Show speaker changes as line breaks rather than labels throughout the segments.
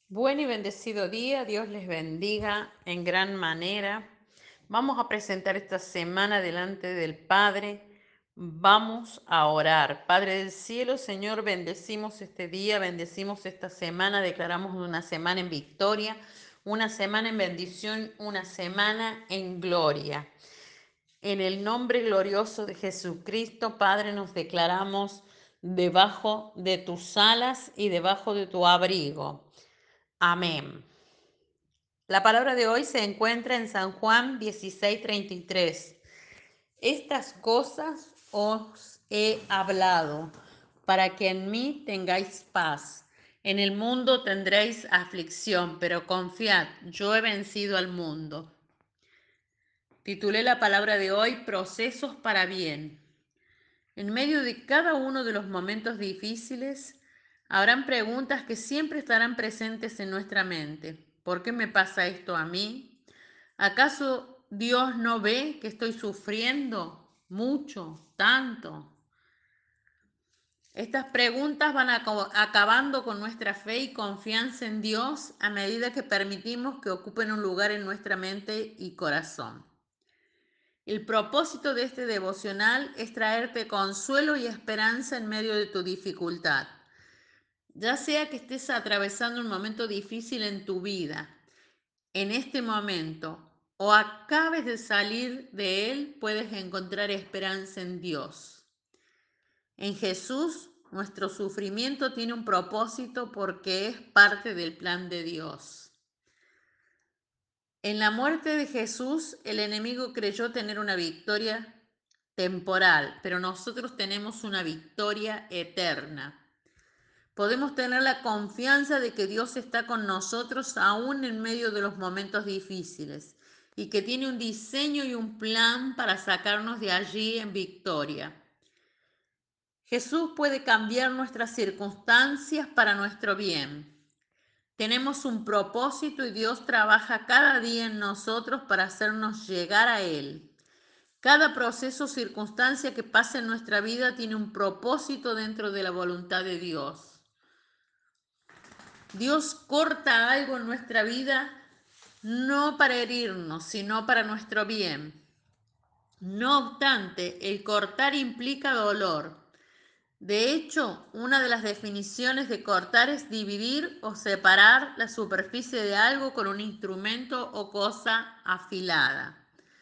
Buen y bendecido día, Dios les bendiga en gran manera. Vamos a presentar esta semana delante del Padre. Vamos a orar. Padre del cielo, Señor, bendecimos este día, bendecimos esta semana, declaramos una semana en victoria, una semana en bendición, una semana en gloria. En el nombre glorioso de Jesucristo, Padre, nos declaramos debajo de tus alas y debajo de tu abrigo. Amén. La palabra de hoy se encuentra en San Juan 16:33. Estas cosas os he hablado para que en mí tengáis paz. En el mundo tendréis aflicción, pero confiad, yo he vencido al mundo. Titulé la palabra de hoy Procesos para bien. En medio de cada uno de los momentos difíciles, habrán preguntas que siempre estarán presentes en nuestra mente. ¿Por qué me pasa esto a mí? ¿Acaso Dios no ve que estoy sufriendo mucho, tanto? Estas preguntas van acabando con nuestra fe y confianza en Dios a medida que permitimos que ocupen un lugar en nuestra mente y corazón. El propósito de este devocional es traerte consuelo y esperanza en medio de tu dificultad. Ya sea que estés atravesando un momento difícil en tu vida, en este momento, o acabes de salir de él, puedes encontrar esperanza en Dios. En Jesús, nuestro sufrimiento tiene un propósito porque es parte del plan de Dios. En la muerte de Jesús, el enemigo creyó tener una victoria temporal, pero nosotros tenemos una victoria eterna. Podemos tener la confianza de que Dios está con nosotros aún en medio de los momentos difíciles y que tiene un diseño y un plan para sacarnos de allí en victoria. Jesús puede cambiar nuestras circunstancias para nuestro bien. Tenemos un propósito y Dios trabaja cada día en nosotros para hacernos llegar a Él. Cada proceso o circunstancia que pasa en nuestra vida tiene un propósito dentro de la voluntad de Dios. Dios corta algo en nuestra vida no para herirnos, sino para nuestro bien. No obstante, el cortar implica dolor. De hecho, una de las definiciones de cortar es dividir o separar la superficie de algo con un instrumento o cosa afilada.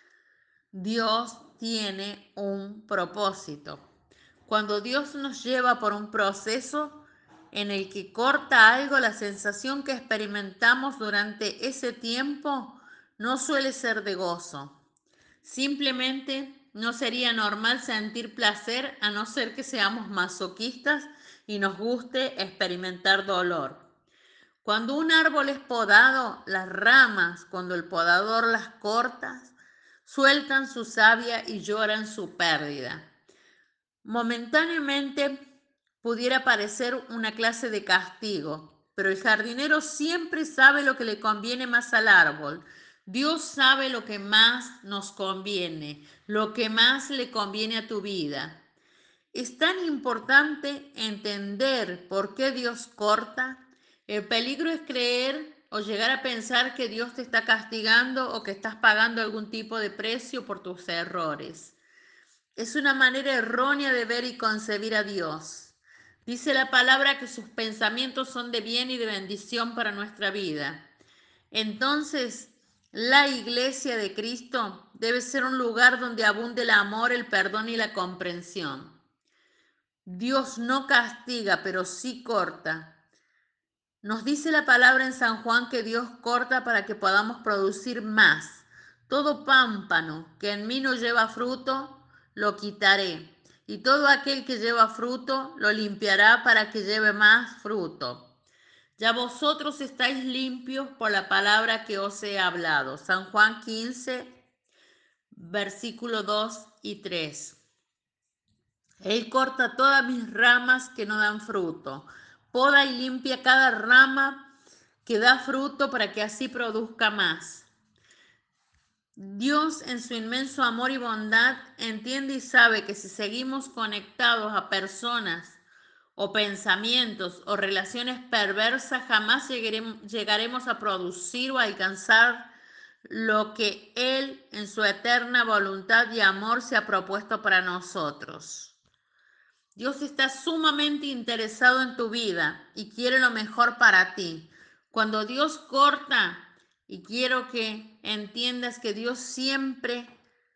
Dios tiene un propósito. Cuando Dios nos lleva por un proceso en el que corta algo, la sensación que experimentamos durante ese tiempo no suele ser de gozo. Simplemente no sería normal sentir placer a no ser que seamos masoquistas y nos guste experimentar dolor. Cuando un árbol es podado, las ramas, cuando el podador las corta, sueltan su savia y lloran su pérdida. Momentáneamente pudiera parecer una clase de castigo, pero el jardinero siempre sabe lo que le conviene más al árbol. Dios sabe lo que más nos conviene, lo que más le conviene a tu vida. Es tan importante entender por qué Dios corta. El peligro es creer o llegar a pensar que Dios te está castigando o que estás pagando algún tipo de precio por tus errores. Es una manera errónea de ver y concebir a Dios. Dice la palabra que sus pensamientos son de bien y de bendición para nuestra vida. Entonces, la iglesia de Cristo debe ser un lugar donde abunde el amor, el perdón y la comprensión. Dios no castiga, pero sí corta. Nos dice la palabra en San Juan que Dios corta para que podamos producir más. Todo pámpano que en mí no lleva fruto, lo quitaré. Y todo aquel que lleva fruto, lo limpiará para que lleve más fruto. Ya vosotros estáis limpios por la palabra que os he hablado. San Juan 15, versículo 2 y 3. Él corta todas mis ramas que no dan fruto. Poda y limpia cada rama que da fruto para que así produzca más. Dios en su inmenso amor y bondad entiende y sabe que si seguimos conectados a personas o pensamientos o relaciones perversas, jamás llegaremos a producir o a alcanzar lo que Él en su eterna voluntad y amor se ha propuesto para nosotros. Dios está sumamente interesado en tu vida y quiere lo mejor para ti. Cuando Dios corta, y quiero que entiendas que Dios siempre,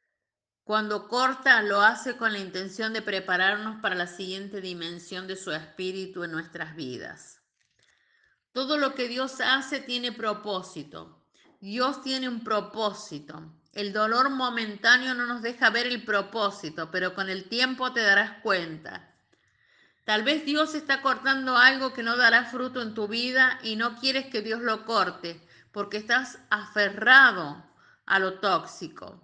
cuando corta, lo hace con la intención de prepararnos para la siguiente dimensión de su espíritu en nuestras vidas. Todo lo que Dios hace tiene propósito. Dios tiene un propósito. El dolor momentáneo no nos deja ver el propósito, pero con el tiempo te darás cuenta. Tal vez Dios está cortando algo que no dará fruto en tu vida y no quieres que Dios lo corte porque estás aferrado a lo tóxico.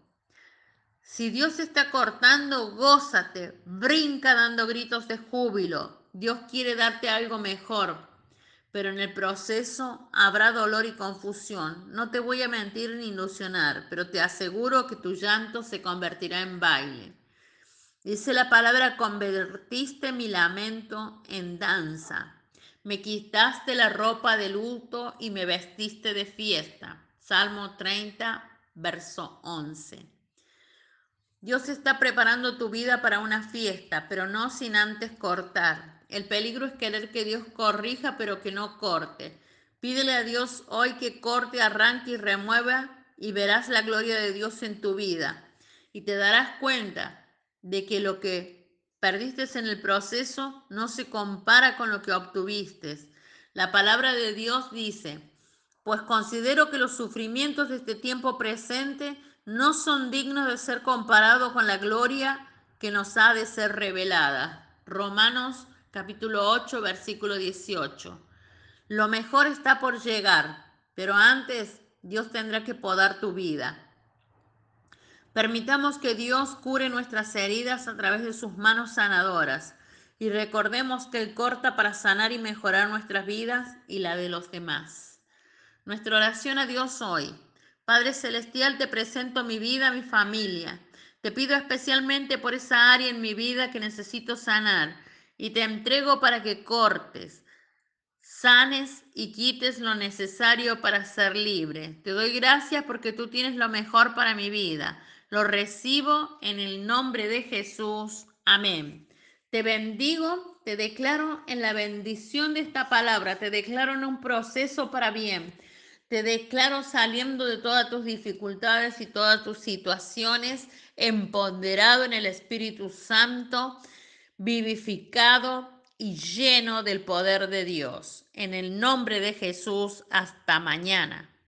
Si Dios está cortando, gózate, brinca dando gritos de júbilo. Dios quiere darte algo mejor, pero en el proceso habrá dolor y confusión. No te voy a mentir ni ilusionar, pero te aseguro que tu llanto se convertirá en baile. Dice la palabra, convertiste mi lamento en danza. Me quitaste la ropa de luto y me vestiste de fiesta. Salmo 30, verso 11. Dios está preparando tu vida para una fiesta, pero no sin antes cortar. El peligro es querer que Dios corrija, pero que no corte. Pídele a Dios hoy que corte, arranque y remueva y verás la gloria de Dios en tu vida. Y te darás cuenta de que lo que perdiste en el proceso no se compara con lo que obtuviste. La palabra de Dios dice, pues considero que los sufrimientos de este tiempo presente no son dignos de ser comparados con la gloria que nos ha de ser revelada. Romanos capítulo 8, versículo 18. Lo mejor está por llegar, pero antes Dios tendrá que podar tu vida. Permitamos que Dios cure nuestras heridas a través de sus manos sanadoras y recordemos que Él corta para sanar y mejorar nuestras vidas y la de los demás. Nuestra oración a Dios hoy. Padre Celestial, te presento mi vida, mi familia. Te pido especialmente por esa área en mi vida que necesito sanar y te entrego para que cortes, sanes y quites lo necesario para ser libre. Te doy gracias porque tú tienes lo mejor para mi vida. Lo recibo en el nombre de Jesús. Amén. Te bendigo, te declaro en la bendición de esta palabra, te declaro en un proceso para bien. Te declaro saliendo de todas tus dificultades y todas tus situaciones, empoderado en el Espíritu Santo, vivificado y lleno del poder de Dios. En el nombre de Jesús, hasta mañana.